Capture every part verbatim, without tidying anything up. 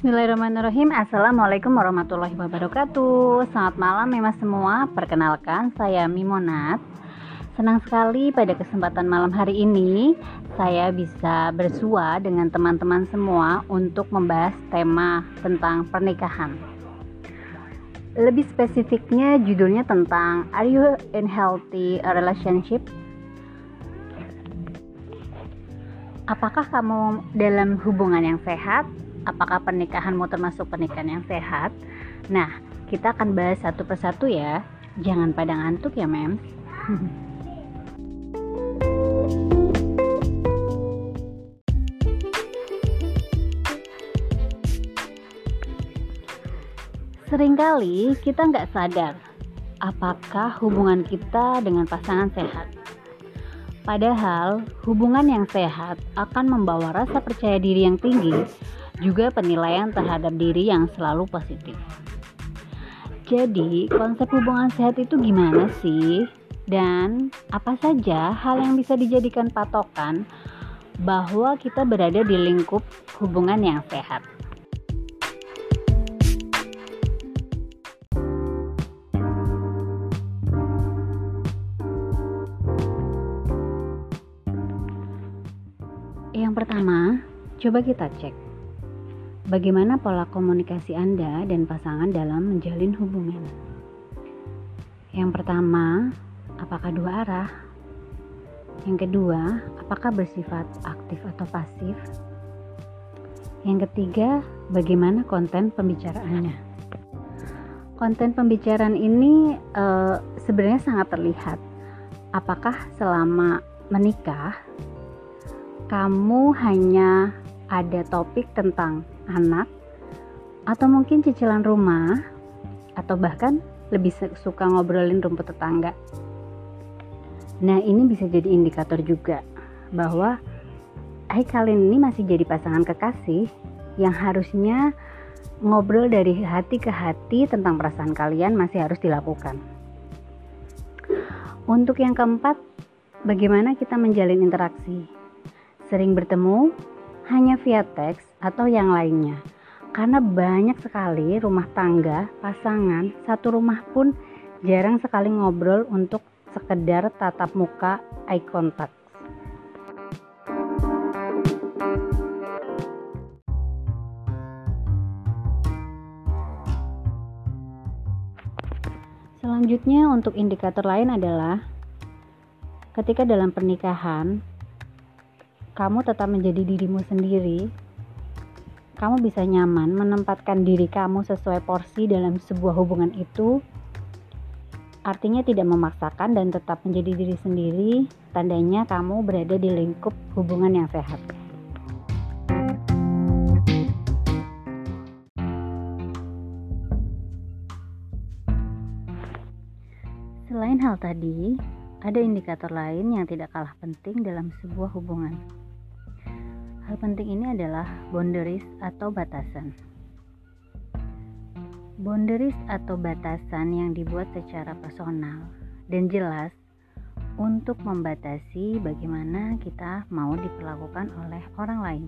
Bismillahirrahmanirrahim. Assalamualaikum warahmatullahi wabarakatuh. Selamat malam Mema semua. Perkenalkan, saya Mimonat. Senang sekali pada kesempatan malam hari ini saya bisa bersua dengan teman-teman semua untuk membahas tema tentang pernikahan. Lebih spesifiknya judulnya tentang Are you in healthy relationship? Apakah kamu dalam hubungan yang sehat? Apakah pernikahanmu termasuk pernikahan yang sehat? Nah, kita akan bahas satu persatu ya. Jangan pada ngantuk ya, Mem. Seringkali kita nggak sadar apakah hubungan kita dengan pasangan sehat. Padahal hubungan yang sehat akan membawa rasa percaya diri yang tinggi, juga penilaian terhadap diri yang selalu positif. Jadi, konsep hubungan sehat itu gimana sih? Dan apa saja hal yang bisa dijadikan patokan bahwa kita berada di lingkup hubungan yang sehat? Yang pertama, coba kita cek bagaimana pola komunikasi Anda dan pasangan dalam menjalin hubungan. Yang pertama, apakah dua arah? Yang kedua, apakah bersifat aktif atau pasif? Yang ketiga, bagaimana konten pembicaraannya? Konten pembicaraan ini e, sebenarnya sangat terlihat. Apakah selama menikah kamu hanya ada topik tentang anak, atau mungkin cicilan rumah, atau bahkan lebih suka ngobrolin rumput tetangga. Nah, ini bisa jadi indikator juga bahwa hai kalian ini masih jadi pasangan kekasih yang harusnya ngobrol dari hati ke hati tentang perasaan kalian masih harus dilakukan. Untuk yang keempat, bagaimana kita menjalin interaksi? Sering bertemu hanya via teks atau yang lainnya, karena banyak sekali rumah tangga, pasangan, satu rumah pun jarang sekali ngobrol untuk sekedar tatap muka, eye contact. Selanjutnya, untuk indikator lain adalah ketika dalam pernikahan kamu tetap menjadi dirimu sendiri, kamu bisa nyaman menempatkan diri kamu sesuai porsi dalam sebuah hubungan itu, artinya tidak memaksakan dan tetap menjadi diri sendiri, tandanya kamu berada di lingkup hubungan yang sehat. Selain hal tadi, ada indikator lain yang tidak kalah penting dalam sebuah hubungan. Hal penting ini adalah boundaries atau batasan. Boundaries atau batasan yang dibuat secara personal dan jelas untuk membatasi bagaimana kita mau diperlakukan oleh orang lain.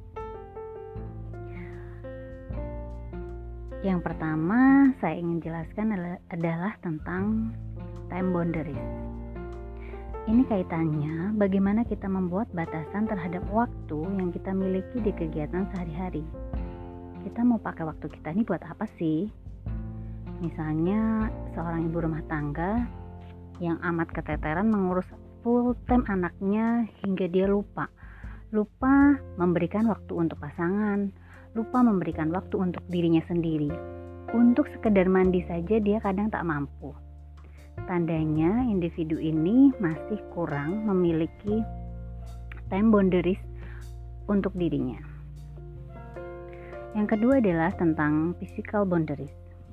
Yang pertama saya ingin jelaskan adalah tentang time boundaries. Ini kaitannya bagaimana kita membuat batasan terhadap waktu yang kita miliki di kegiatan sehari-hari. Kita mau pakai waktu kita ini buat apa sih? Misalnya seorang ibu rumah tangga yang amat keteteran mengurus full time anaknya hingga dia lupa. Lupa memberikan waktu untuk pasangan, lupa memberikan waktu untuk dirinya sendiri. Untuk sekedar mandi saja dia kadang tak mampu. Tandanya individu ini masih kurang memiliki time boundaries untuk dirinya. Yang kedua adalah tentang physical boundaries.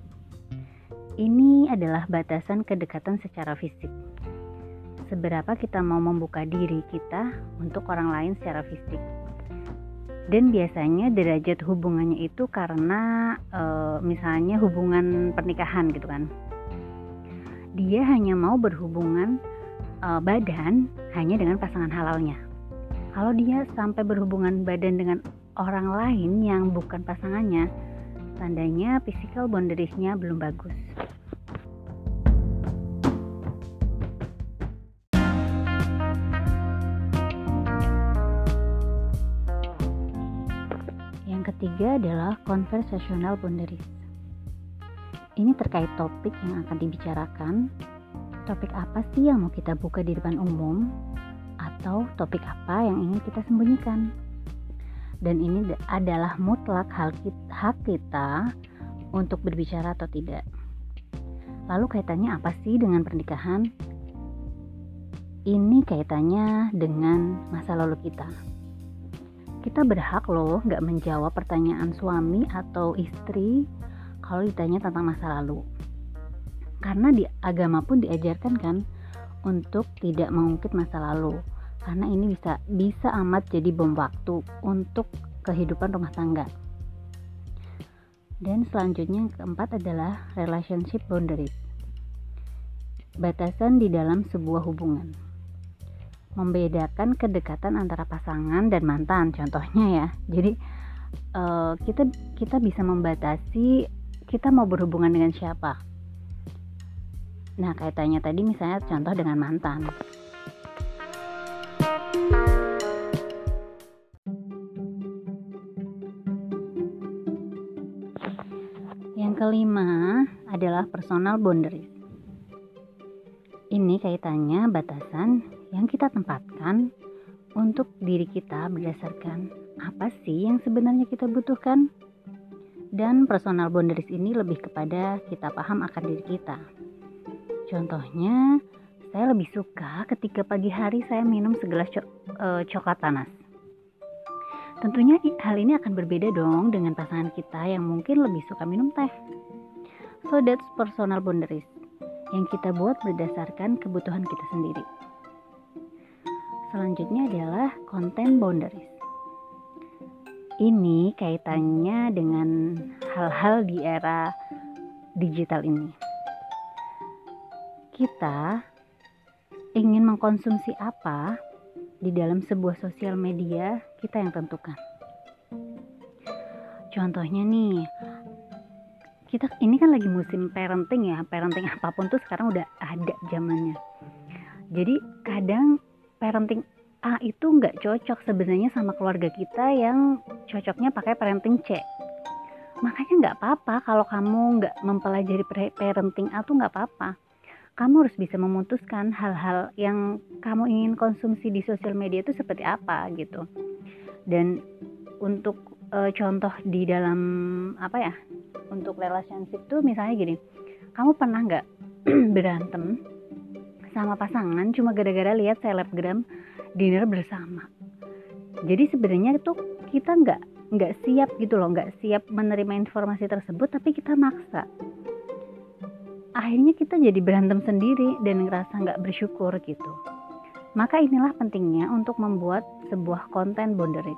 Ini adalah batasan kedekatan secara fisik. Seberapa kita mau membuka diri kita untuk orang lain secara fisik. Dan biasanya derajat hubungannya itu karena e, misalnya hubungan pernikahan gitu kan. Dia hanya mau berhubungan e, badan hanya dengan pasangan halalnya. Kalau dia sampai berhubungan badan dengan orang lain yang bukan pasangannya, tandanya physical boundaries-nya belum bagus. Yang ketiga adalah conversational boundaries. Ini terkait topik yang akan dibicarakan. Topik apa sih yang mau kita buka di depan umum? Atau topik apa yang ingin kita sembunyikan? Dan ini adalah mutlak hak kita untuk berbicara atau tidak. Lalu kaitannya apa sih dengan pernikahan? Ini kaitannya dengan masa lalu kita. Kita berhak loh gak menjawab pertanyaan suami atau istri kalau ditanya tentang masa lalu. Karena di agama pun diajarkan kan untuk tidak mengungkit masa lalu. Karena ini bisa bisa amat jadi bom waktu untuk kehidupan rumah tangga. Dan selanjutnya yang keempat adalah relationship boundaries. Batasan di dalam sebuah hubungan. Membedakan kedekatan antara pasangan dan mantan, contohnya ya. Jadi uh, kita kita bisa membatasi kita mau berhubungan dengan siapa. Nah, kaitannya tadi misalnya contoh dengan mantan. Yang kelima adalah personal boundaries. Ini kaitannya batasan yang kita tempatkan untuk diri kita berdasarkan apa sih yang sebenarnya kita butuhkan. Dan personal boundaries ini lebih kepada kita paham akan diri kita. Contohnya, saya lebih suka ketika pagi hari saya minum segelas co- e, coklat panas. Tentunya hal ini akan berbeda dong dengan pasangan kita yang mungkin lebih suka minum teh. So that's personal boundaries yang kita buat berdasarkan kebutuhan kita sendiri. Selanjutnya adalah content boundaries. Ini kaitannya dengan hal-hal di era digital ini. Kita ingin mengkonsumsi apa di dalam sebuah sosial media, kita yang tentukan. Contohnya nih, kita ini kan lagi musim parenting ya, parenting apapun tuh sekarang udah ada zamannya. Jadi kadang parenting A itu nggak cocok sebenarnya sama keluarga kita yang cocoknya pakai parenting C. Makanya nggak apa-apa kalau kamu nggak mempelajari parenting A tuh nggak apa-apa. Kamu harus bisa memutuskan hal-hal yang kamu ingin konsumsi di sosial media itu seperti apa gitu. Dan untuk e, contoh di dalam apa ya, untuk relationship tuh misalnya gini, kamu pernah nggak berantem sama pasangan cuma gara-gara lihat selebgram dinner bersama? Jadi sebenarnya itu kita nggak nggak siap gitu loh, nggak siap menerima informasi tersebut, tapi kita maksa. Akhirnya kita jadi berantem sendiri dan ngerasa nggak bersyukur gitu. Maka inilah pentingnya untuk membuat sebuah content boundaries.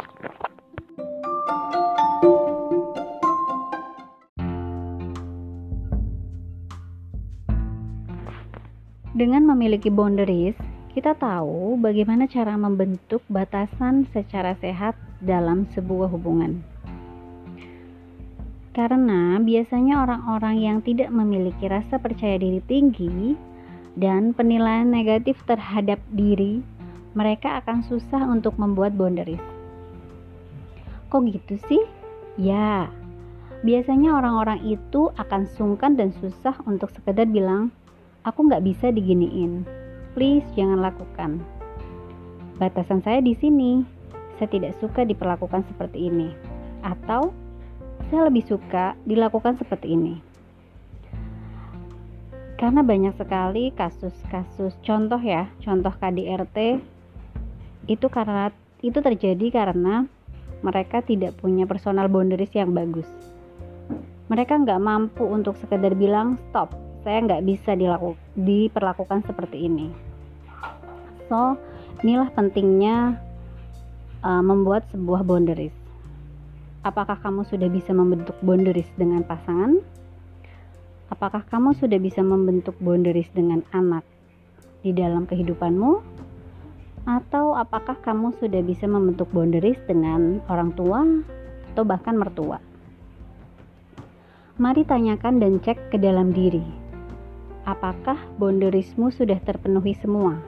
Dengan memiliki boundaries, kita tahu bagaimana cara membentuk batasan secara sehat dalam sebuah hubungan. Karena biasanya orang-orang yang tidak memiliki rasa percaya diri tinggi dan penilaian negatif terhadap diri, mereka akan susah untuk membuat boundaries. Kok gitu sih? Ya, biasanya orang-orang itu akan sungkan dan susah untuk sekedar bilang, aku gak bisa diginiin. Please jangan lakukan. Batasan saya di sini. Saya tidak suka diperlakukan seperti ini. Atau saya lebih suka dilakukan seperti ini. Karena banyak sekali kasus-kasus contoh ya, contoh K D R T itu karena itu terjadi karena mereka tidak punya personal boundaries yang bagus. Mereka nggak mampu untuk sekedar bilang stop, saya nggak bisa dilaku, diperlakukan seperti ini. So, inilah pentingnya uh, membuat sebuah boundaries. Apakah kamu sudah bisa membentuk boundaries dengan pasangan? Apakah kamu sudah bisa membentuk boundaries dengan anak di dalam kehidupanmu? Atau apakah kamu sudah bisa membentuk boundaries dengan orang tua atau bahkan mertua? Mari tanyakan dan cek ke dalam diri. Apakah boundariesmu sudah terpenuhi semua?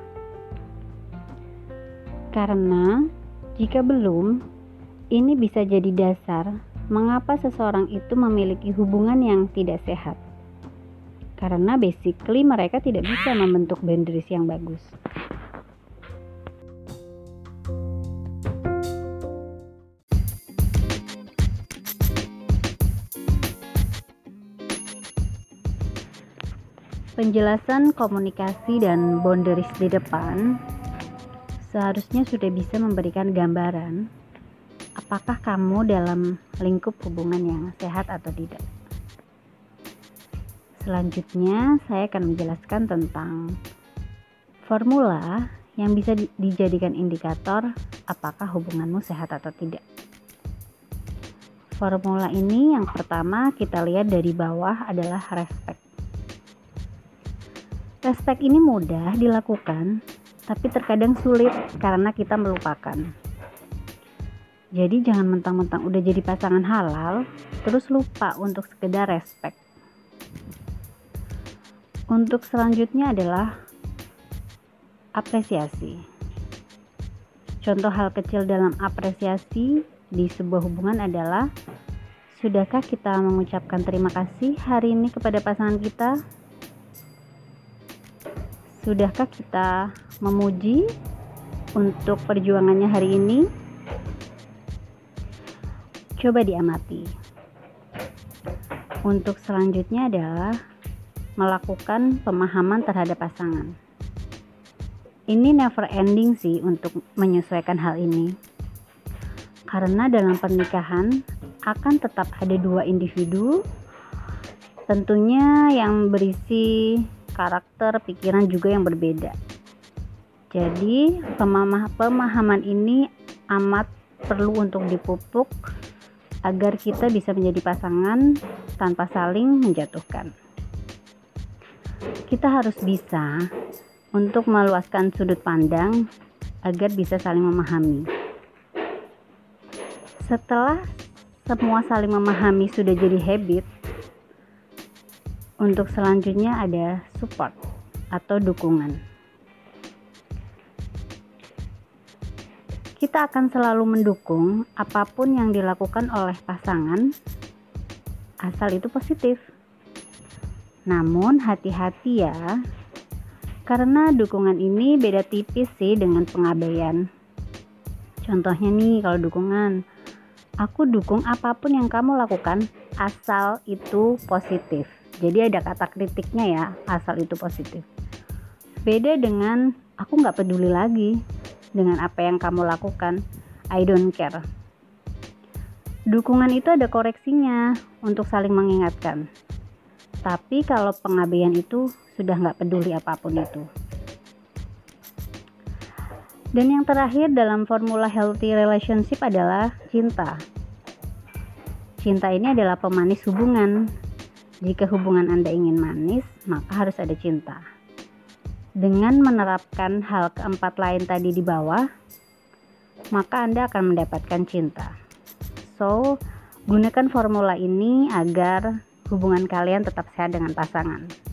Karena jika belum, ini bisa jadi dasar mengapa seseorang itu memiliki hubungan yang tidak sehat. Karena basically mereka tidak bisa membentuk boundaries yang bagus. Penjelasan komunikasi dan boundaries di depan seharusnya sudah bisa memberikan gambaran apakah kamu dalam lingkup hubungan yang sehat atau tidak. Selanjutnya, saya akan menjelaskan tentang formula yang bisa dijadikan indikator apakah hubunganmu sehat atau tidak. Formula ini yang pertama kita lihat dari bawah adalah respect. Respect ini mudah dilakukan, tapi terkadang sulit karena kita melupakan. Jadi jangan mentang-mentang udah jadi pasangan halal, terus lupa untuk sekedar respect. Untuk selanjutnya adalah apresiasi. Contoh hal kecil dalam apresiasi di sebuah hubungan adalah, sudahkah kita mengucapkan terima kasih hari ini kepada pasangan kita? Sudahkah kita memuji untuk perjuangannya hari ini? Coba diamati. Untuk selanjutnya adalah melakukan pemahaman terhadap pasangan. Ini never ending sih untuk menyesuaikan hal ini. Karena dalam pernikahan akan tetap ada dua individu, tentunya yang berisi karakter, pikiran juga yang berbeda. Jadi pemahaman ini amat perlu untuk dipupuk agar kita bisa menjadi pasangan tanpa saling menjatuhkan. Kita harus bisa untuk meluaskan sudut pandang agar bisa saling memahami. Setelah semua saling memahami sudah jadi habit, untuk selanjutnya ada support atau dukungan. Kita akan selalu mendukung apapun yang dilakukan oleh pasangan, asal itu positif. Namun hati-hati ya, karena dukungan ini beda tipis sih dengan pengabaian. Contohnya nih, kalau dukungan, aku dukung apapun yang kamu lakukan asal itu positif. Jadi ada kata kritiknya ya, asal itu positif. Beda dengan aku gak peduli lagi dengan apa yang kamu lakukan, I don't care. Dukungan itu ada koreksinya untuk saling mengingatkan. Tapi kalau pengabaian itu sudah gak peduli apapun itu. Dan yang terakhir dalam formula healthy relationship adalah cinta. Cinta ini adalah pemanis hubungan. Jika hubungan Anda ingin manis, maka harus ada cinta. Dengan menerapkan hal keempat lain tadi di bawah, maka Anda akan mendapatkan cinta. So, gunakan formula ini agar hubungan kalian tetap sehat dengan pasangan.